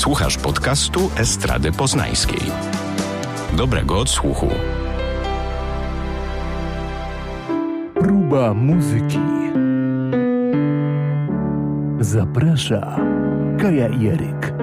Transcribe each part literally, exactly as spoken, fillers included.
Słuchasz podcastu Estrady Poznańskiej. Dobrego odsłuchu. Próba muzyki. Zaprasza Kaja i Eryk.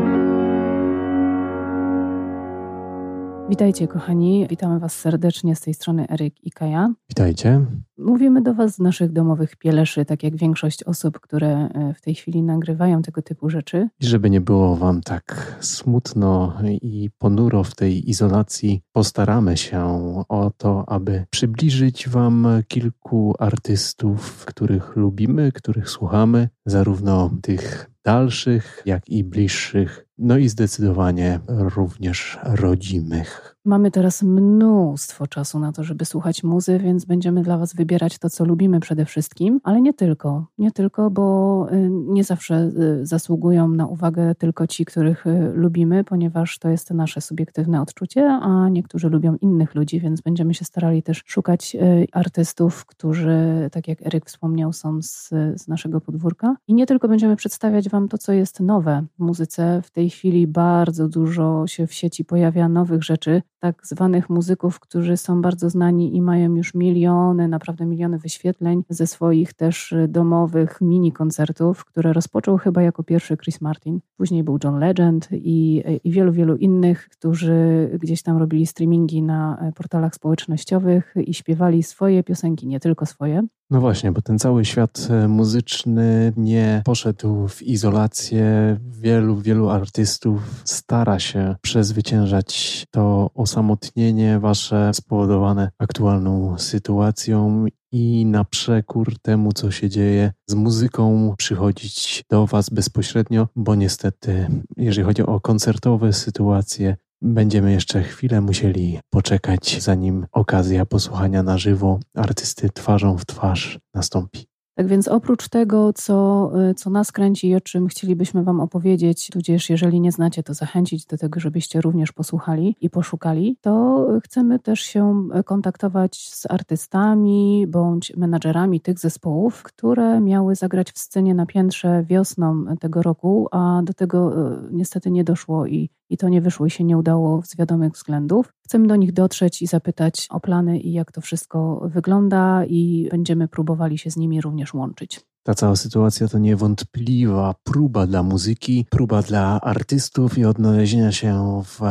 Witajcie kochani, witamy Was serdecznie z tej strony Eryk i Kaja. Witajcie. Mówimy do Was z naszych domowych pieleszy, tak jak większość osób, które w tej chwili nagrywają tego typu rzeczy. I żeby nie było Wam tak smutno i ponuro w tej izolacji, postaramy się o to, aby przybliżyć Wam kilku artystów, których lubimy, których słuchamy, zarówno tych dalszych, jak i bliższych, no i zdecydowanie również rodzimych. Mamy teraz mnóstwo czasu na to, żeby słuchać muzy, więc będziemy dla Was wybierać to, co lubimy przede wszystkim, ale nie tylko. Nie tylko, bo nie zawsze zasługują na uwagę tylko ci, których lubimy, ponieważ to jest nasze subiektywne odczucie, a niektórzy lubią innych ludzi, więc będziemy się starali też szukać artystów, którzy, tak jak Eryk wspomniał, są z, z naszego podwórka. I nie tylko będziemy przedstawiać Wam to, co jest nowe w muzyce. W tej chwili bardzo dużo się w sieci pojawia nowych rzeczy, tak zwanych muzyków, którzy są bardzo znani i mają już miliony, naprawdę miliony wyświetleń ze swoich też domowych mini koncertów, które rozpoczął chyba jako pierwszy Chris Martin. Później był John Legend i, i wielu, wielu innych, którzy gdzieś tam robili streamingi na portalach społecznościowych i śpiewali swoje piosenki, nie tylko swoje. No właśnie, bo ten cały świat muzyczny nie poszedł w izolację. Wielu, wielu artystów stara się przezwyciężać to osamotnienie wasze spowodowane aktualną sytuacją i na przekór temu, co się dzieje z muzyką, przychodzić do was bezpośrednio, bo niestety, jeżeli chodzi o koncertowe sytuacje, będziemy jeszcze chwilę musieli poczekać, zanim okazja posłuchania na żywo artysty twarzą w twarz nastąpi. Tak więc oprócz tego, co, co nas kręci i o czym chcielibyśmy Wam opowiedzieć, tudzież jeżeli nie znacie, to zachęcić do tego, żebyście również posłuchali i poszukali, to chcemy też się kontaktować z artystami bądź menadżerami tych zespołów, które miały zagrać w scenie na piętrze wiosną tego roku, a do tego niestety nie doszło i, i to nie wyszło i się nie udało z wiadomych względów. Chcemy do nich dotrzeć i zapytać o plany i jak to wszystko wygląda i będziemy próbowali się z nimi również łączyć. Ta cała sytuacja to niewątpliwa próba dla muzyki, próba dla artystów i odnalezienia się w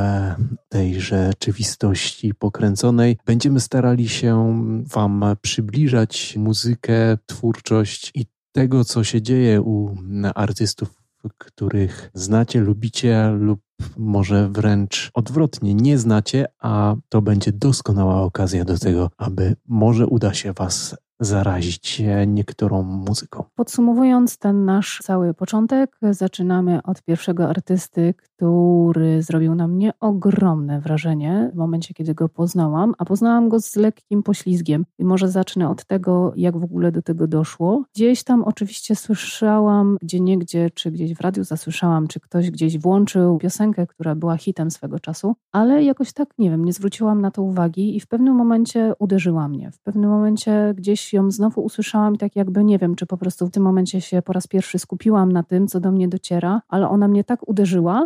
tej rzeczywistości pokręconej. Będziemy starali się Wam przybliżać muzykę, twórczość i tego, co się dzieje u artystów, których znacie, lubicie lub może wręcz odwrotnie, nie znacie, a to będzie doskonała okazja do tego, aby może uda się Was zarazić niektórą muzyką. Podsumowując ten nasz cały początek, zaczynamy od pierwszego artysty, który zrobił na mnie ogromne wrażenie w momencie, kiedy go poznałam, a poznałam go z lekkim poślizgiem. I może zacznę od tego, jak w ogóle do tego doszło. Gdzieś tam oczywiście słyszałam, gdzieniegdzie, czy gdzieś w radiu zasłyszałam, czy ktoś gdzieś włączył piosenkę, która była hitem swego czasu, ale jakoś tak, nie wiem, nie zwróciłam na to uwagi i w pewnym momencie uderzyła mnie. W pewnym momencie gdzieś ją znowu usłyszałam i tak jakby, nie wiem, czy po prostu w tym momencie się po raz pierwszy skupiłam na tym, co do mnie dociera, ale ona mnie tak uderzyła,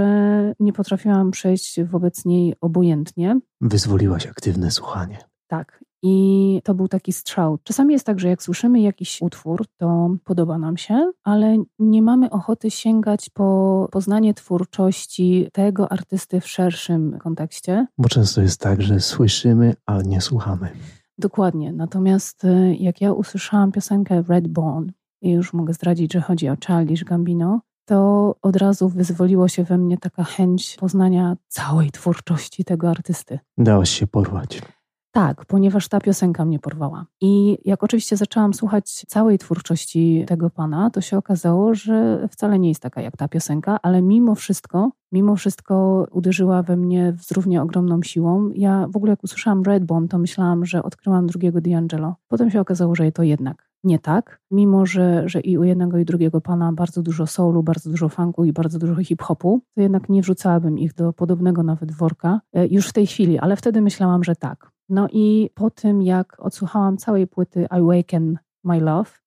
że nie potrafiłam przejść wobec niej obojętnie. Wyzwoliłaś aktywne słuchanie. Tak. I to był taki strzał. Czasami jest tak, że jak słyszymy jakiś utwór, to podoba nam się, ale nie mamy ochoty sięgać po poznanie twórczości tego artysty w szerszym kontekście. Bo często jest tak, że słyszymy, ale nie słuchamy. Dokładnie. Natomiast jak ja usłyszałam piosenkę Redbone i już mogę zdradzić, że chodzi o Childish Gambino, to od razu wyzwoliło się we mnie taka chęć poznania całej twórczości tego artysty. Dałaś się porwać. Tak, ponieważ ta piosenka mnie porwała. I jak oczywiście zaczęłam słuchać całej twórczości tego pana, to się okazało, że wcale nie jest taka jak ta piosenka, ale mimo wszystko, mimo wszystko uderzyła we mnie z równie ogromną siłą. Ja w ogóle jak usłyszałam Redbone, to myślałam, że odkryłam drugiego D'Angelo. Potem się okazało, że to jednak nie tak, mimo że, że i u jednego i drugiego pana bardzo dużo soulu, bardzo dużo funku i bardzo dużo hip-hopu, to jednak nie wrzucałabym ich do podobnego nawet worka już w tej chwili, ale wtedy myślałam, że tak. No i po tym, jak odsłuchałam całej płyty I Awaken My Love,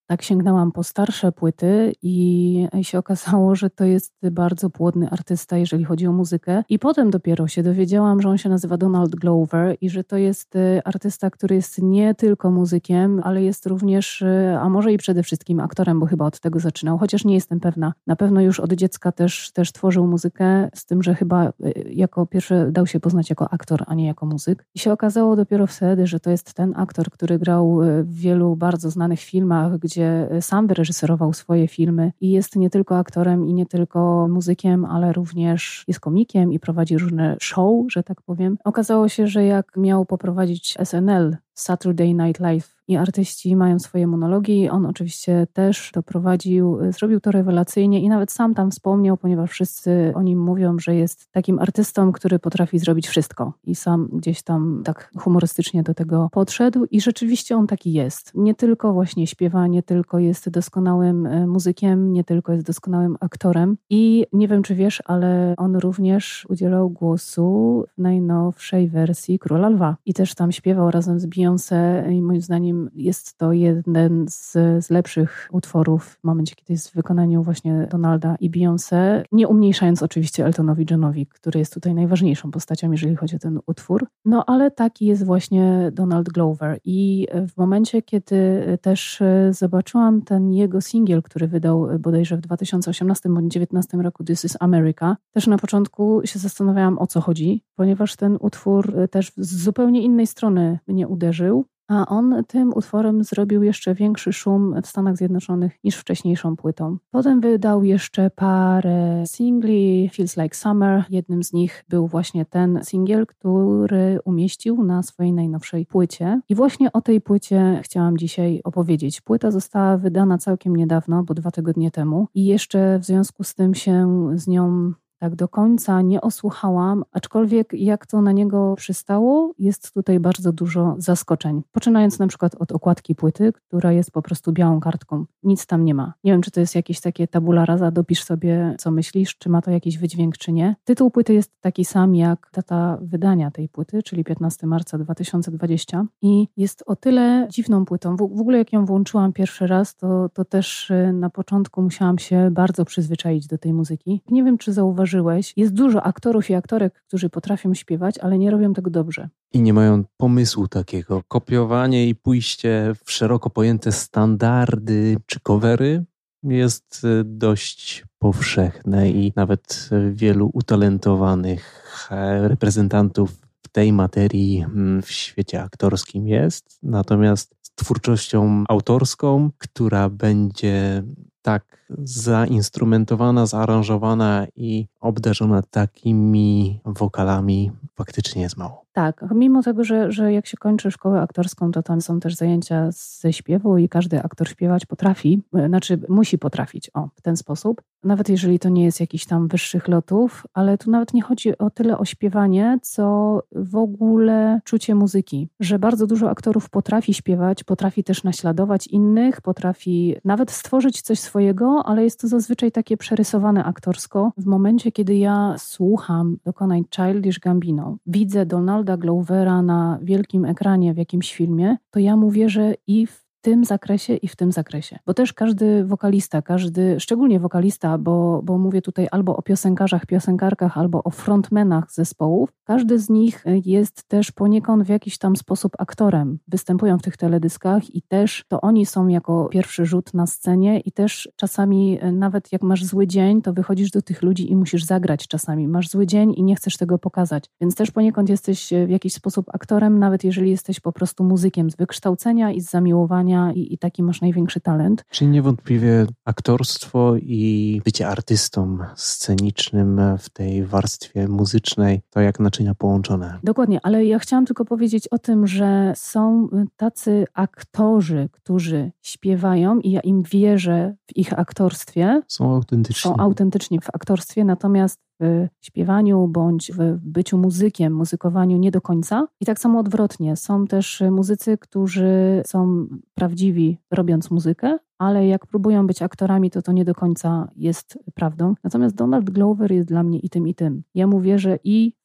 tak sięgnęłam po starsze płyty i się okazało, że to jest bardzo płodny artysta, jeżeli chodzi o muzykę. I potem dopiero się dowiedziałam, że on się nazywa Donald Glover i że to jest artysta, który jest nie tylko muzykiem, ale jest również, a może i przede wszystkim aktorem, bo chyba od tego zaczynał, chociaż nie jestem pewna. Na pewno już od dziecka też, też tworzył muzykę, z tym, że chyba jako pierwszy dał się poznać jako aktor, a nie jako muzyk. I się okazało dopiero wtedy, że to jest ten aktor, który grał w wielu bardzo znanych filmach, gdzie sam wyreżyserował swoje filmy i jest nie tylko aktorem i nie tylko muzykiem, ale również jest komikiem i prowadzi różne show, że tak powiem. Okazało się, że jak miał poprowadzić S N L, Saturday Night Live, i artyści mają swoje monologi. On oczywiście też to prowadził, zrobił to rewelacyjnie i nawet sam tam wspomniał, ponieważ wszyscy o nim mówią, że jest takim artystą, który potrafi zrobić wszystko. I sam gdzieś tam tak humorystycznie do tego podszedł i rzeczywiście on taki jest. Nie tylko właśnie śpiewa, nie tylko jest doskonałym muzykiem, nie tylko jest doskonałym aktorem. I nie wiem, czy wiesz, ale on również udzielał głosu w najnowszej wersji Króla Lwa. I też tam śpiewał razem z Beyoncé i moim zdaniem jest to jeden z, z lepszych utworów w momencie, kiedy jest w wykonaniu właśnie Donalda i Beyoncé, nie umniejszając oczywiście Eltonowi Johnowi, który jest tutaj najważniejszą postacią, jeżeli chodzi o ten utwór. No ale taki jest właśnie Donald Glover i w momencie, kiedy też zobaczyłam ten jego singiel, który wydał bodajże w dwa tysiące osiemnastym bądź dziewiętnastym roku, This is America, też na początku się zastanawiałam, o co chodzi, ponieważ ten utwór też z zupełnie innej strony mnie uderzył. A on tym utworem zrobił jeszcze większy szum w Stanach Zjednoczonych niż wcześniejszą płytą. Potem wydał jeszcze parę singli, Feels Like Summer. Jednym z nich był właśnie ten singiel, który umieścił na swojej najnowszej płycie. I właśnie o tej płycie chciałam dzisiaj opowiedzieć. Płyta została wydana całkiem niedawno, bo dwa tygodnie temu. I jeszcze w związku z tym się z nią tak do końca nie osłuchałam, aczkolwiek jak to na niego przystało, jest tutaj bardzo dużo zaskoczeń. Poczynając na przykład od okładki płyty, która jest po prostu białą kartką. Nic tam nie ma. Nie wiem, czy to jest jakieś takie tabula rasa, dopisz sobie, co myślisz, czy ma to jakiś wydźwięk, czy nie. Tytuł płyty jest taki sam jak data wydania tej płyty, czyli piętnastego marca dwa tysiące dwudziestego i jest o tyle dziwną płytą. W, w ogóle jak ją włączyłam pierwszy raz, to, to też na początku musiałam się bardzo przyzwyczaić do tej muzyki. Nie wiem, czy zauważyłeś, jest dużo aktorów i aktorek, którzy potrafią śpiewać, ale nie robią tego dobrze. I nie mają pomysłu takiego. Kopiowanie i pójście w szeroko pojęte standardy czy covery jest dość powszechne i nawet wielu utalentowanych reprezentantów w tej materii w świecie aktorskim jest. Natomiast z twórczością autorską, która będzie tak zainstrumentowana, zaaranżowana i obdarzona takimi wokalami, faktycznie jest mało. Tak, mimo tego, że, że jak się kończy szkołę aktorską, to tam są też zajęcia ze śpiewu i każdy aktor śpiewać potrafi, znaczy musi potrafić, o, w ten sposób. Nawet jeżeli to nie jest jakichś tam wyższych lotów, ale tu nawet nie chodzi o tyle o śpiewanie, co w ogóle czucie muzyki. Że bardzo dużo aktorów potrafi śpiewać, potrafi też naśladować innych, potrafi nawet stworzyć coś swojego, ale jest to zazwyczaj takie przerysowane aktorsko. W momencie, kiedy ja słucham dokonań Childish Gambino, widzę Donalda Glovera na wielkim ekranie w jakimś filmie, to ja mu wierzę i w tym zakresie i w tym zakresie. Bo też każdy wokalista, każdy, szczególnie wokalista, bo, bo mówię tutaj albo o piosenkarzach, piosenkarkach, albo o frontmenach zespołów, każdy z nich jest też poniekąd w jakiś tam sposób aktorem. Występują w tych teledyskach i też to oni są jako pierwszy rzut na scenie i też czasami nawet jak masz zły dzień, to wychodzisz do tych ludzi i musisz zagrać czasami. Masz zły dzień i nie chcesz tego pokazać. Więc też poniekąd jesteś w jakiś sposób aktorem, nawet jeżeli jesteś po prostu muzykiem z wykształcenia i z zamiłowania I, i taki masz największy talent. Czyli niewątpliwie aktorstwo i bycie artystą scenicznym w tej warstwie muzycznej to jak naczynia połączone. Dokładnie, ale ja chciałam tylko powiedzieć o tym, że są tacy aktorzy, którzy śpiewają i ja im wierzę w ich aktorstwie. Są autentyczni. Są autentyczni w aktorstwie, natomiast w śpiewaniu bądź w byciu muzykiem, muzykowaniu nie do końca. I tak samo odwrotnie. Są też muzycy, którzy są prawdziwi robiąc muzykę, ale jak próbują być aktorami, to to nie do końca jest prawdą. Natomiast Donald Glover jest dla mnie i tym, i tym. Ja mu wierzę i w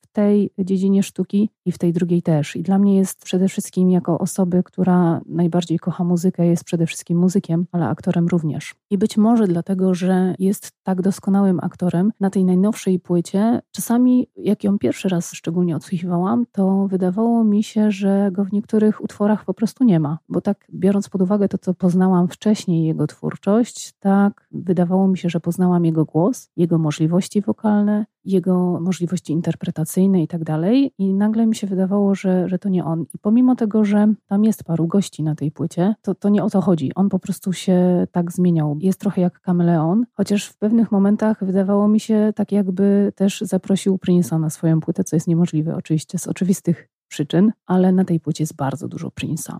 tej dziedzinie sztuki i w tej drugiej też. I dla mnie jest przede wszystkim jako osoby, która najbardziej kocha muzykę, jest przede wszystkim muzykiem, ale aktorem również. I być może dlatego, że jest tak doskonałym aktorem, na tej najnowszej płycie, czasami jak ją pierwszy raz szczególnie odsłuchiwałam, to wydawało mi się, że go w niektórych utworach po prostu nie ma. Bo tak biorąc pod uwagę to, co poznałam wcześniej, jego twórczość, tak wydawało mi się, że poznałam jego głos, jego możliwości wokalne, jego możliwości interpretacyjne i tak dalej. I nagle mi się wydawało, że, że to nie on. I pomimo tego, że tam jest paru gości na tej płycie, to, to nie o to chodzi. On po prostu się tak zmieniał. Jest trochę jak kameleon, chociaż w pewnych momentach wydawało mi się tak, jakby też zaprosił Prince'a na swoją płytę, co jest niemożliwe oczywiście z oczywistych przyczyn, ale na tej płycie jest bardzo dużo Prince'a.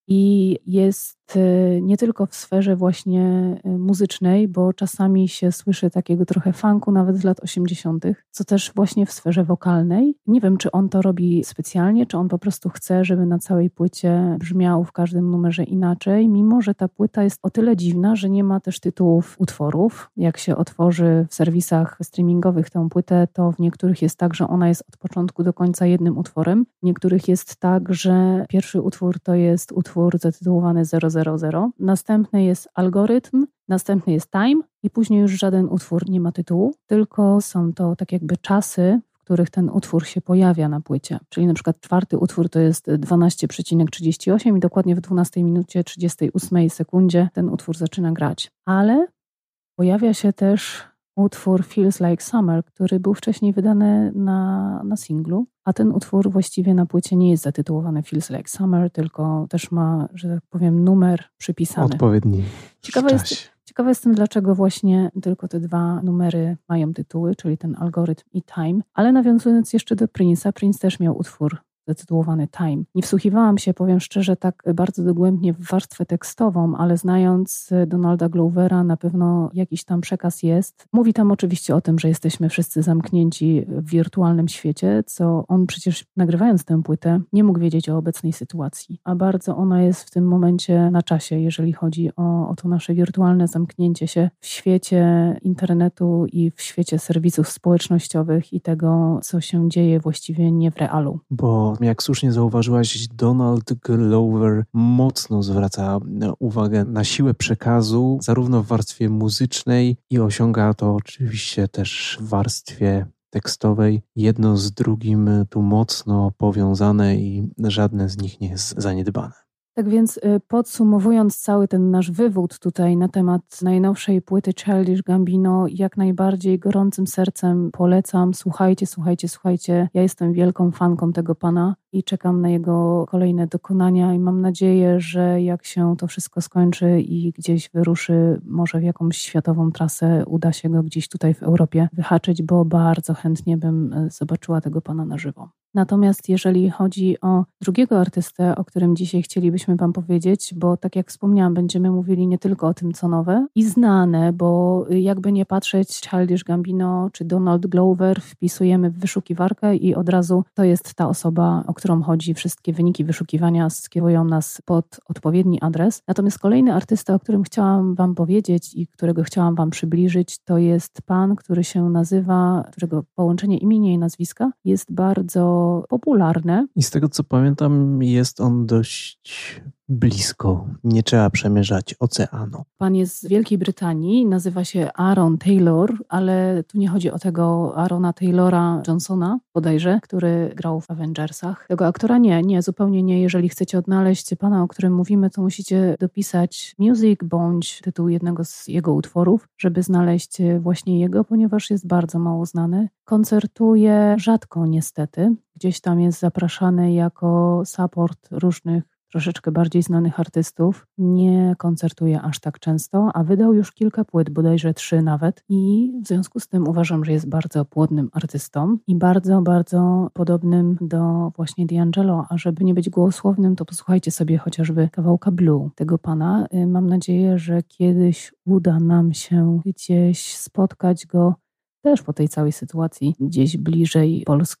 I jest nie tylko w sferze właśnie muzycznej, bo czasami się słyszy takiego trochę funku nawet z lat osiemdziesiątych, co też właśnie w sferze wokalnej. Nie wiem, czy on to robi specjalnie, czy on po prostu chce, żeby na całej płycie brzmiał w każdym numerze inaczej, mimo że ta płyta jest o tyle dziwna, że nie ma też tytułów utworów. Jak się otworzy w serwisach streamingowych tę płytę, to w niektórych jest tak, że ona jest od początku do końca jednym utworem. W niektórych jest tak, że pierwszy utwór to jest utwór zatytułowany zero zero zero, następny jest algorytm, następny jest time i później już żaden utwór nie ma tytułu, tylko są to tak jakby czasy, w których ten utwór się pojawia na płycie. Czyli na przykład czwarty utwór to jest dwanaście przecinek trzydzieści osiem i dokładnie w dwunastej minucie trzydziestej ósmej sekundzie ten utwór zaczyna grać. Ale pojawia się też utwór Feels Like Summer, który był wcześniej wydany na, na singlu, a ten utwór właściwie na płycie nie jest zatytułowany Feels Like Summer, tylko też ma, że tak powiem, numer przypisany. Odpowiedni Ciekawe jest, ciekawe jestem, dlaczego właśnie tylko te dwa numery mają tytuły, czyli ten algorytm i time, ale nawiązując jeszcze do Prince'a, Prince też miał utwór zatytułowany Time. Nie wsłuchiwałam się, powiem szczerze, tak bardzo dogłębnie w warstwę tekstową, ale znając Donalda Glovera, na pewno jakiś tam przekaz jest. Mówi tam oczywiście o tym, że jesteśmy wszyscy zamknięci w wirtualnym świecie, co on przecież nagrywając tę płytę nie mógł wiedzieć o obecnej sytuacji, a bardzo ona jest w tym momencie na czasie, jeżeli chodzi o, o to nasze wirtualne zamknięcie się w świecie internetu i w świecie serwisów społecznościowych i tego, co się dzieje właściwie nie w realu. Bo jak słusznie zauważyłaś, Donald Glover mocno zwraca uwagę na siłę przekazu, zarówno w warstwie muzycznej i osiąga to oczywiście też w warstwie tekstowej. Jedno z drugim tu mocno powiązane i żadne z nich nie jest zaniedbane. Tak więc podsumowując cały ten nasz wywód tutaj na temat najnowszej płyty Childish Gambino, jak najbardziej gorącym sercem polecam. Słuchajcie, słuchajcie, słuchajcie. Ja jestem wielką fanką tego pana i czekam na jego kolejne dokonania i mam nadzieję, że jak się to wszystko skończy i gdzieś wyruszy, może w jakąś światową trasę, uda się go gdzieś tutaj w Europie wyhaczyć, bo bardzo chętnie bym zobaczyła tego pana na żywo. Natomiast jeżeli chodzi o drugiego artystę, o którym dzisiaj chcielibyśmy wam powiedzieć, bo tak jak wspomniałam, będziemy mówili nie tylko o tym, co nowe i znane, bo jakby nie patrzeć, Childish Gambino czy Donald Glover wpisujemy w wyszukiwarkę i od razu to jest ta osoba, o którą chodzi. Wszystkie wyniki wyszukiwania skierują nas pod odpowiedni adres. Natomiast kolejny artysta, o którym chciałam wam powiedzieć i którego chciałam wam przybliżyć, to jest pan, który się nazywa, którego połączenie imienia i nazwiska jest bardzo popularne. I z tego co pamiętam, jest on dość blisko. Nie trzeba przemierzać oceanu. Pan jest z Wielkiej Brytanii, nazywa się Aaron Taylor, ale tu nie chodzi o tego Aarona Taylora Johnsona, bodajże, który grał w Avengersach. Tego aktora nie, nie, zupełnie nie. Jeżeli chcecie odnaleźć pana, o którym mówimy, to musicie dopisać Music bądź tytuł jednego z jego utworów, żeby znaleźć właśnie jego, ponieważ jest bardzo mało znany. Koncertuje rzadko niestety. Gdzieś tam jest zapraszany jako support różnych troszeczkę bardziej znanych artystów, nie koncertuje aż tak często, a wydał już kilka płyt, bodajże trzy nawet i w związku z tym uważam, że jest bardzo płodnym artystą i bardzo, bardzo podobnym do właśnie D'Angelo, a żeby nie być gołosłownym, to posłuchajcie sobie chociażby kawałka Blue tego pana. Mam nadzieję, że kiedyś uda nam się gdzieś spotkać go też po tej całej sytuacji, gdzieś bliżej Polski,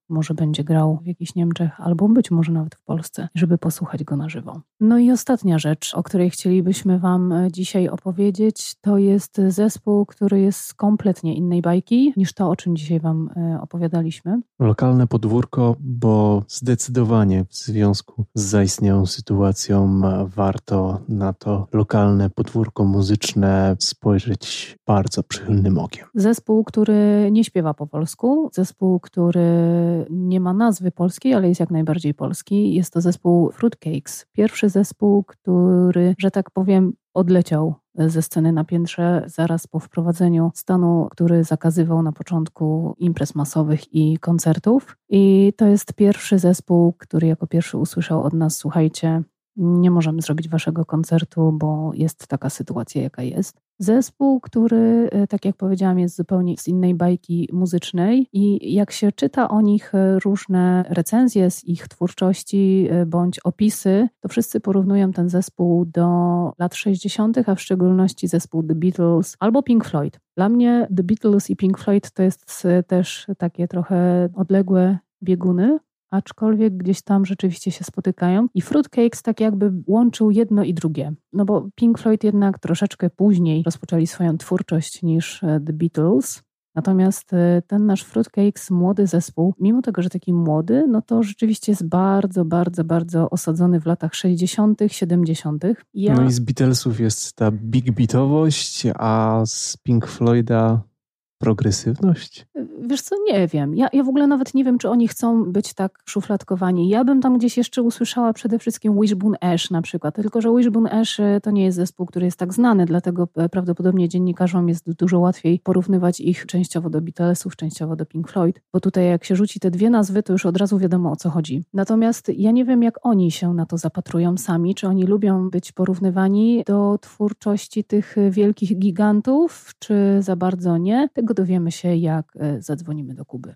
może będzie grał w jakichś Niemczech, albo być może nawet w Polsce, żeby posłuchać go na żywo. No i ostatnia rzecz, o której chcielibyśmy Wam dzisiaj opowiedzieć, to jest zespół, który jest z kompletnie innej bajki niż to, o czym dzisiaj Wam opowiadaliśmy. Lokalne podwórko, bo zdecydowanie w związku z zaistniałą sytuacją warto na to lokalne podwórko muzyczne spojrzeć bardzo przychylnym okiem. Zespół, który nie śpiewa po polsku, zespół, który nie ma nazwy polskiej, ale jest jak najbardziej polski. Jest to zespół Fruitcakes. Pierwszy zespół, który, że tak powiem, odleciał ze sceny na piętrze zaraz po wprowadzeniu stanu, który zakazywał na początku imprez masowych i koncertów. I to jest pierwszy zespół, który jako pierwszy usłyszał od nas: słuchajcie, nie możemy zrobić waszego koncertu, bo jest taka sytuacja, jaka jest. Zespół, który, tak jak powiedziałam, jest zupełnie z innej bajki muzycznej i jak się czyta o nich różne recenzje z ich twórczości bądź opisy, to wszyscy porównują ten zespół do lat sześćdziesiątych, a w szczególności zespół The Beatles albo Pink Floyd. Dla mnie The Beatles i Pink Floyd to jest też takie trochę odległe bieguny, aczkolwiek gdzieś tam rzeczywiście się spotykają i Fruitcakes tak jakby łączył jedno i drugie. No bo Pink Floyd jednak troszeczkę później rozpoczęli swoją twórczość niż The Beatles. Natomiast ten nasz Fruitcakes, młody zespół, mimo tego, że taki młody, no to rzeczywiście jest bardzo, bardzo, bardzo osadzony w latach sześćdziesiątych, siedemdziesiątych. Ja... No i z Beatlesów jest ta big beatowość, a z Pink Floyda progresywność? Wiesz co, nie wiem. Ja, ja w ogóle nawet nie wiem, czy oni chcą być tak szufladkowani. Ja bym tam gdzieś jeszcze usłyszała przede wszystkim Wishbone Ash na przykład, tylko że Wishbone Ash to nie jest zespół, który jest tak znany, dlatego prawdopodobnie dziennikarzom jest dużo łatwiej porównywać ich częściowo do Beatlesów, częściowo do Pink Floyd, bo tutaj jak się rzuci te dwie nazwy, to już od razu wiadomo, o co chodzi. Natomiast ja nie wiem, jak oni się na to zapatrują sami, czy oni lubią być porównywani do twórczości tych wielkich gigantów, czy za bardzo nie. Tego dowiemy się, jak zadzwonimy do Kuby.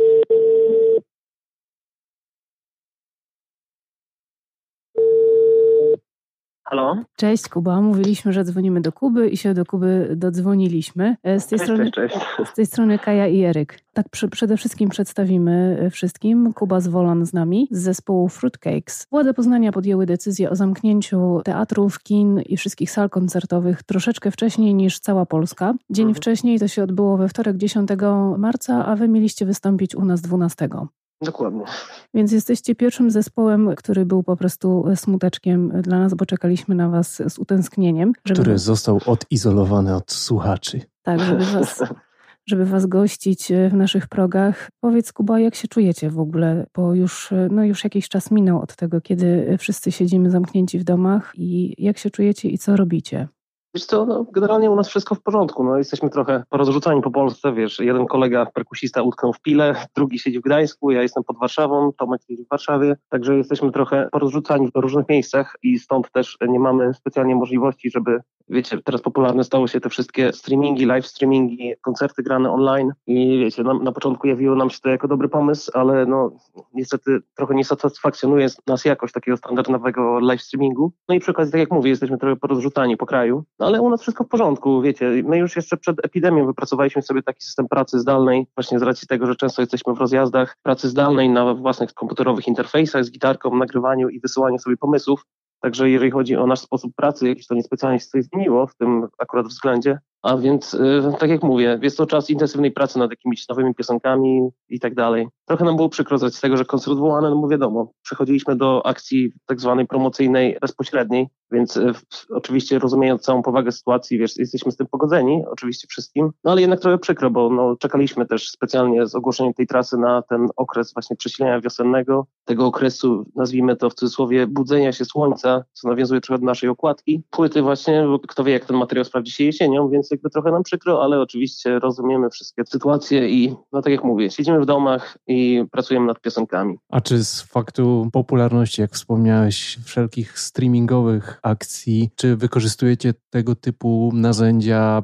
Halo? Cześć Kuba, mówiliśmy, że dzwonimy do Kuby i się do Kuby dodzwoniliśmy. Z tej, cześć, strony, cześć, cześć. Z tej strony Kaja i Eryk. Tak przy, przede wszystkim przedstawimy wszystkim. Kuba Zwolan z nami z zespołu Fruitcakes. Władze Poznania podjęły decyzję o zamknięciu teatrów, kin i wszystkich sal koncertowych troszeczkę wcześniej niż cała Polska. Dzień mhm. wcześniej to się odbyło we wtorek dziesiątego marca, a wy mieliście wystąpić u nas dwunastego. Dokładnie. Więc jesteście pierwszym zespołem, który był po prostu smuteczkiem dla nas, bo czekaliśmy na was z utęsknieniem. Żeby... Który został odizolowany od słuchaczy. Tak, żeby was, żeby was gościć w naszych progach. Powiedz, Kuba, jak się czujecie w ogóle, bo już, no już jakiś czas minął od tego, kiedy wszyscy siedzimy zamknięci w domach i jak się czujecie i co robicie? Wiesz co, no, generalnie u nas wszystko w porządku, no, jesteśmy trochę porozrzucani po Polsce, wiesz, jeden kolega perkusista utknął w Pile, drugi siedzi w Gdańsku, ja jestem pod Warszawą, Tomek siedzi w Warszawie, także jesteśmy trochę porozrzucani w różnych miejscach i stąd też nie mamy specjalnie możliwości, żeby, wiecie, teraz popularne stało się te wszystkie streamingi, live streamingi, koncerty grane online i wiecie, na, na początku jawiło nam się to jako dobry pomysł, ale no niestety trochę nie satysfakcjonuje nas jakość takiego standardowego live streamingu, no i przy okazji, tak jak mówię, jesteśmy trochę porozrzucani po kraju. No ale u nas wszystko w porządku, wiecie, my już jeszcze przed epidemią wypracowaliśmy sobie taki system pracy zdalnej, właśnie z racji tego, że często jesteśmy w rozjazdach, pracy zdalnej na własnych komputerowych interfejsach z gitarką, nagrywaniu i wysyłaniu sobie pomysłów. Także jeżeli chodzi o nasz sposób pracy, jakieś to niespecjalnie się coś zmieniło w tym akurat względzie. A więc, yy, tak jak mówię, jest to czas intensywnej pracy nad jakimiś nowymi piosenkami i tak dalej. Trochę nam było przykro z tego, że koncert odwołany, no bo wiadomo, przechodziliśmy do akcji tak zwanej promocyjnej bezpośredniej, więc yy, oczywiście rozumiejąc całą powagę sytuacji, wiesz, jesteśmy z tym pogodzeni, oczywiście wszystkim, no ale jednak trochę przykro, bo no, czekaliśmy też specjalnie z ogłoszeniem tej trasy na ten okres właśnie przesilenia wiosennego, tego okresu, nazwijmy to w cudzysłowie, budzenia się słońca, co nawiązuje trochę do naszej okładki. Płyty właśnie, bo kto wie, jak ten materiał sprawdzi się jesienią, więc jakby trochę nam przykro, ale oczywiście rozumiemy wszystkie sytuacje i no tak jak mówię, siedzimy w domach i pracujemy nad piosenkami. A czy z faktu popularności, jak wspomniałeś, wszelkich streamingowych akcji, czy wykorzystujecie tego typu narzędzia w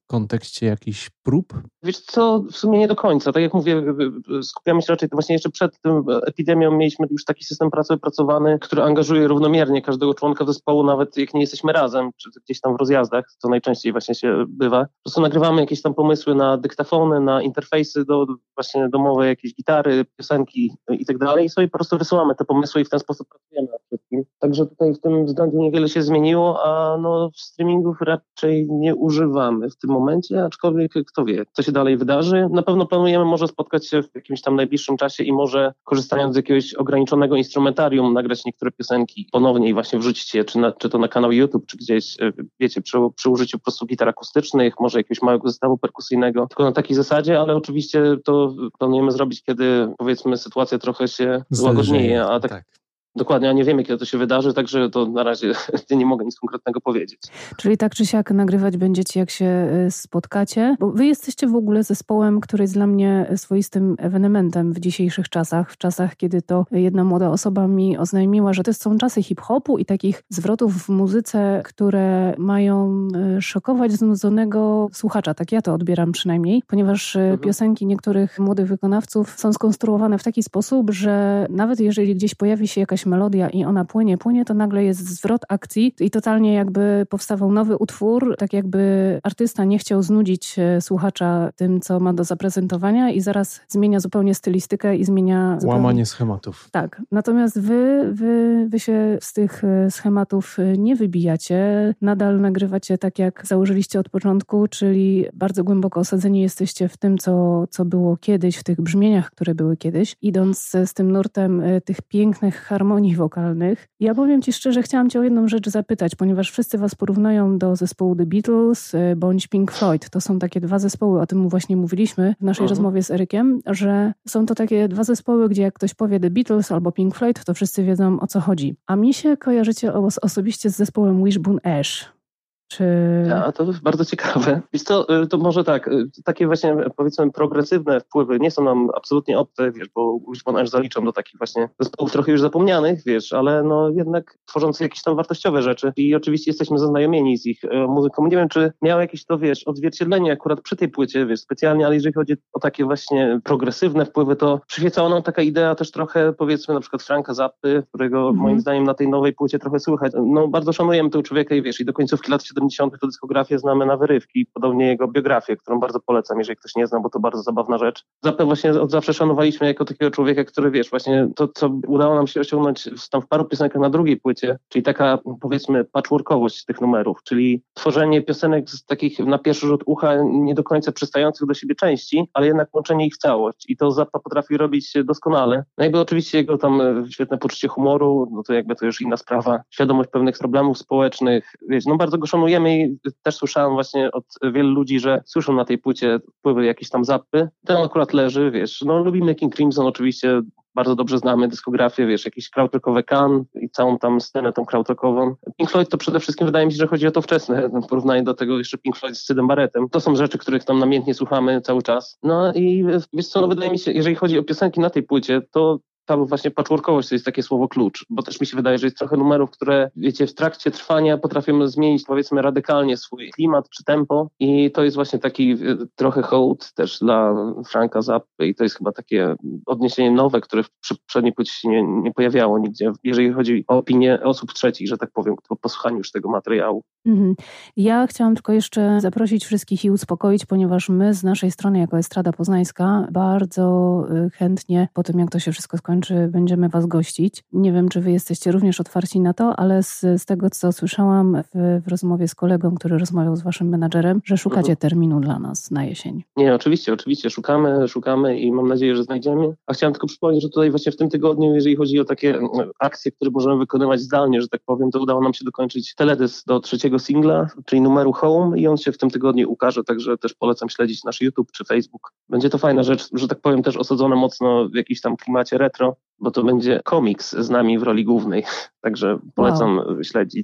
kontekście jakichś prób? Wiesz co, w sumie nie do końca. Tak jak mówię, skupiamy się raczej, właśnie jeszcze przed tym epidemią mieliśmy już taki system pracy wypracowany, który angażuje równomiernie każdego członka zespołu, nawet jak nie jesteśmy razem, czy gdzieś tam w rozjazdach, co najczęściej właśnie się bywa. Po prostu nagrywamy jakieś tam pomysły na dyktafony, na interfejsy do właśnie domowe, jakieś gitary, piosenki i tak dalej. I sobie po prostu wysyłamy te pomysły i w ten sposób pracujemy nad wszystkim. Także tutaj w tym względzie niewiele się zmieniło, a no streamingów raczej nie używamy w tym momencie, aczkolwiek kto wie, co się dalej wydarzy. Na pewno planujemy może spotkać się w jakimś tam najbliższym czasie i może korzystając z jakiegoś ograniczonego instrumentarium nagrać niektóre piosenki ponownie i właśnie wrzucić je, czy, na, czy to na kanał YouTube, czy gdzieś, wiecie, przy, przy użyciu po prostu gitar akustycznych, może jakiegoś małego zestawu perkusyjnego, tylko na takiej zasadzie, ale oczywiście to planujemy zrobić, kiedy powiedzmy sytuacja trochę się złagodnieje, a tak... tak. Dokładnie, a nie wiemy, kiedy to się wydarzy, także to na razie nie mogę nic konkretnego powiedzieć. Czyli tak czy siak nagrywać będziecie, jak się spotkacie, bo wy jesteście w ogóle zespołem, który jest dla mnie swoistym ewenementem w dzisiejszych czasach, w czasach, kiedy to jedna młoda osoba mi oznajmiła, że to są czasy hip-hopu i takich zwrotów w muzyce, które mają szokować znudzonego słuchacza. Tak ja to odbieram przynajmniej, ponieważ mhm. piosenki niektórych młodych wykonawców są skonstruowane w taki sposób, że nawet jeżeli gdzieś pojawi się jakaś melodia i ona płynie, płynie, to nagle jest zwrot akcji i totalnie jakby powstawał nowy utwór, tak jakby artysta nie chciał znudzić słuchacza tym, co ma do zaprezentowania i zaraz zmienia zupełnie stylistykę i zmienia... Zupełnie... Łamanie schematów. Tak. Natomiast wy, wy, wy się z tych schematów nie wybijacie. Nadal nagrywacie tak, jak założyliście od początku, czyli bardzo głęboko osadzeni jesteście w tym, co, co było kiedyś, w tych brzmieniach, które były kiedyś, idąc z tym nurtem tych pięknych harmonii wokalnych. Ja powiem ci szczerze, chciałam cię o jedną rzecz zapytać, ponieważ wszyscy was porównują do zespołu The Beatles bądź Pink Floyd. To są takie dwa zespoły, o tym właśnie mówiliśmy w naszej uh-huh. rozmowie z Erykiem, że są to takie dwa zespoły, gdzie jak ktoś powie The Beatles albo Pink Floyd, to wszyscy wiedzą, o co chodzi. A mi się kojarzycie os- osobiście z zespołem Wishbone Ash. Czy... Ja, to bardzo ciekawe. Wiesz co, to może tak, takie właśnie powiedzmy progresywne wpływy nie są nam absolutnie obce, wiesz, bo Wishbone Ash zaliczam do takich właśnie zespołów trochę już zapomnianych, wiesz, ale no jednak tworząc jakieś tam wartościowe rzeczy i oczywiście jesteśmy zaznajomieni z ich muzyką. Nie wiem, czy miało jakieś to, wiesz, odzwierciedlenie akurat przy tej płycie, wiesz, specjalnie, ale jeżeli chodzi o takie właśnie progresywne wpływy, to przyświecała nam taka idea też trochę, powiedzmy, na przykład Franka Zappy, którego mm-hmm. moim zdaniem na tej nowej płycie trochę słychać. No bardzo szanujemy tego człowieka i wiesz, i do końcówki lat siedemdziesiątych to dyskografię znamy na wyrywki, podobnie jego biografię, którą bardzo polecam, jeżeli ktoś nie zna, bo to bardzo zabawna rzecz. Zappę właśnie od zawsze szanowaliśmy jako takiego człowieka, który wiesz, właśnie to, co udało nam się osiągnąć tam w paru piosenkach na drugiej płycie, czyli taka powiedzmy patchworkowość tych numerów, czyli tworzenie piosenek z takich na pierwszy rzut ucha nie do końca przystających do siebie części, ale jednak łączenie ich w całość i to Zappa potrafi robić doskonale. No jakby oczywiście jego tam świetne poczucie humoru, no to jakby to już inna sprawa, świadomość pewnych problemów społecznych, wiesz, no bardzo go szanujemy i też słyszałem właśnie od wielu ludzi, że słyszą na tej płycie wpływy jakieś tam Zappy. Ten akurat leży, wiesz, no lubimy King Crimson oczywiście, bardzo dobrze znamy dyskografię, wiesz, jakieś krautrockowe Can i całą tam scenę tą krautrockową. Pink Floyd to przede wszystkim wydaje mi się, że chodzi o to wczesne, w porównaniu do tego jeszcze Pink Floyd z Sydem Barrettem. To są rzeczy, których tam namiętnie słuchamy cały czas. No i wiesz co, no wydaje mi się, jeżeli chodzi o piosenki na tej płycie, to tam właśnie patchworkowość to jest takie słowo klucz, bo też mi się wydaje, że jest trochę numerów, które, wiecie, w trakcie trwania potrafią zmienić, powiedzmy, radykalnie swój klimat czy tempo i to jest właśnie taki trochę hołd też dla Franka Zappy i to jest chyba takie odniesienie nowe, które w poprzedniej płycie się nie, nie pojawiało nigdzie, jeżeli chodzi o opinię osób trzecich, że tak powiem, po posłuchaniu już tego materiału. Mhm. Ja chciałam tylko jeszcze zaprosić wszystkich i uspokoić, ponieważ my z naszej strony jako Estrada Poznańska bardzo chętnie po tym, jak to się wszystko skończy, czy będziemy was gościć. Nie wiem, czy wy jesteście również otwarci na to, ale z, z tego, co słyszałam w, w rozmowie z kolegą, który rozmawiał z waszym menadżerem, że szukacie terminu dla nas na jesień. Nie, oczywiście, oczywiście. Szukamy, szukamy i mam nadzieję, że znajdziemy. A chciałem tylko przypomnieć, że tutaj właśnie w tym tygodniu, jeżeli chodzi o takie akcje, które możemy wykonywać zdalnie, że tak powiem, to udało nam się dokończyć teledysk do trzeciego singla, czyli numeru Home i on się w tym tygodniu ukaże, także też polecam śledzić nasz YouTube czy Facebook. Będzie to fajna rzecz, że tak powiem, też osadzone mocno w jakimś tam klimacie retro, bo to będzie komiks z nami w roli głównej, także polecam wow. śledzić.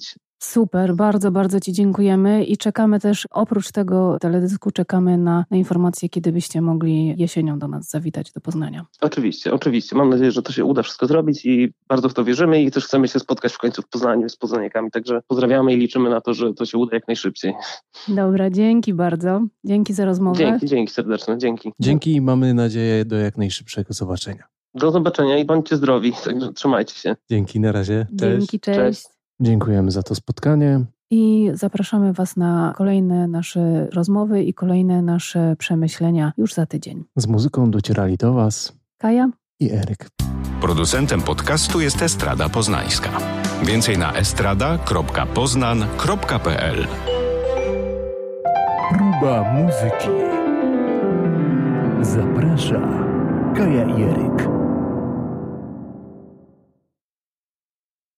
Super, bardzo, bardzo Ci dziękujemy i czekamy też, oprócz tego teledysku, czekamy na, na informacje, kiedy byście mogli jesienią do nas zawitać do Poznania. Oczywiście, oczywiście. Mam nadzieję, że to się uda wszystko zrobić i bardzo w to wierzymy i też chcemy się spotkać w końcu w Poznaniu z poznaniakami, także pozdrawiamy i liczymy na to, że to się uda jak najszybciej. Dobra, dzięki bardzo. Dzięki za rozmowę. Dzięki, dzięki serdeczne, dzięki. Dzięki i mamy nadzieję do jak najszybszego zobaczenia. Do zobaczenia i bądźcie zdrowi, także trzymajcie się. Dzięki, na razie. Cześć. Dzięki, cześć. Cześć. Dziękujemy za to spotkanie. I zapraszamy Was na kolejne nasze rozmowy i kolejne nasze przemyślenia już za tydzień. Z muzyką docierali do Was Kaja i Eryk. Producentem podcastu jest Estrada Poznańska. Więcej na estrada kropka poznan kropka p l. Próba muzyki. Zaprasza Kaja Jeryk.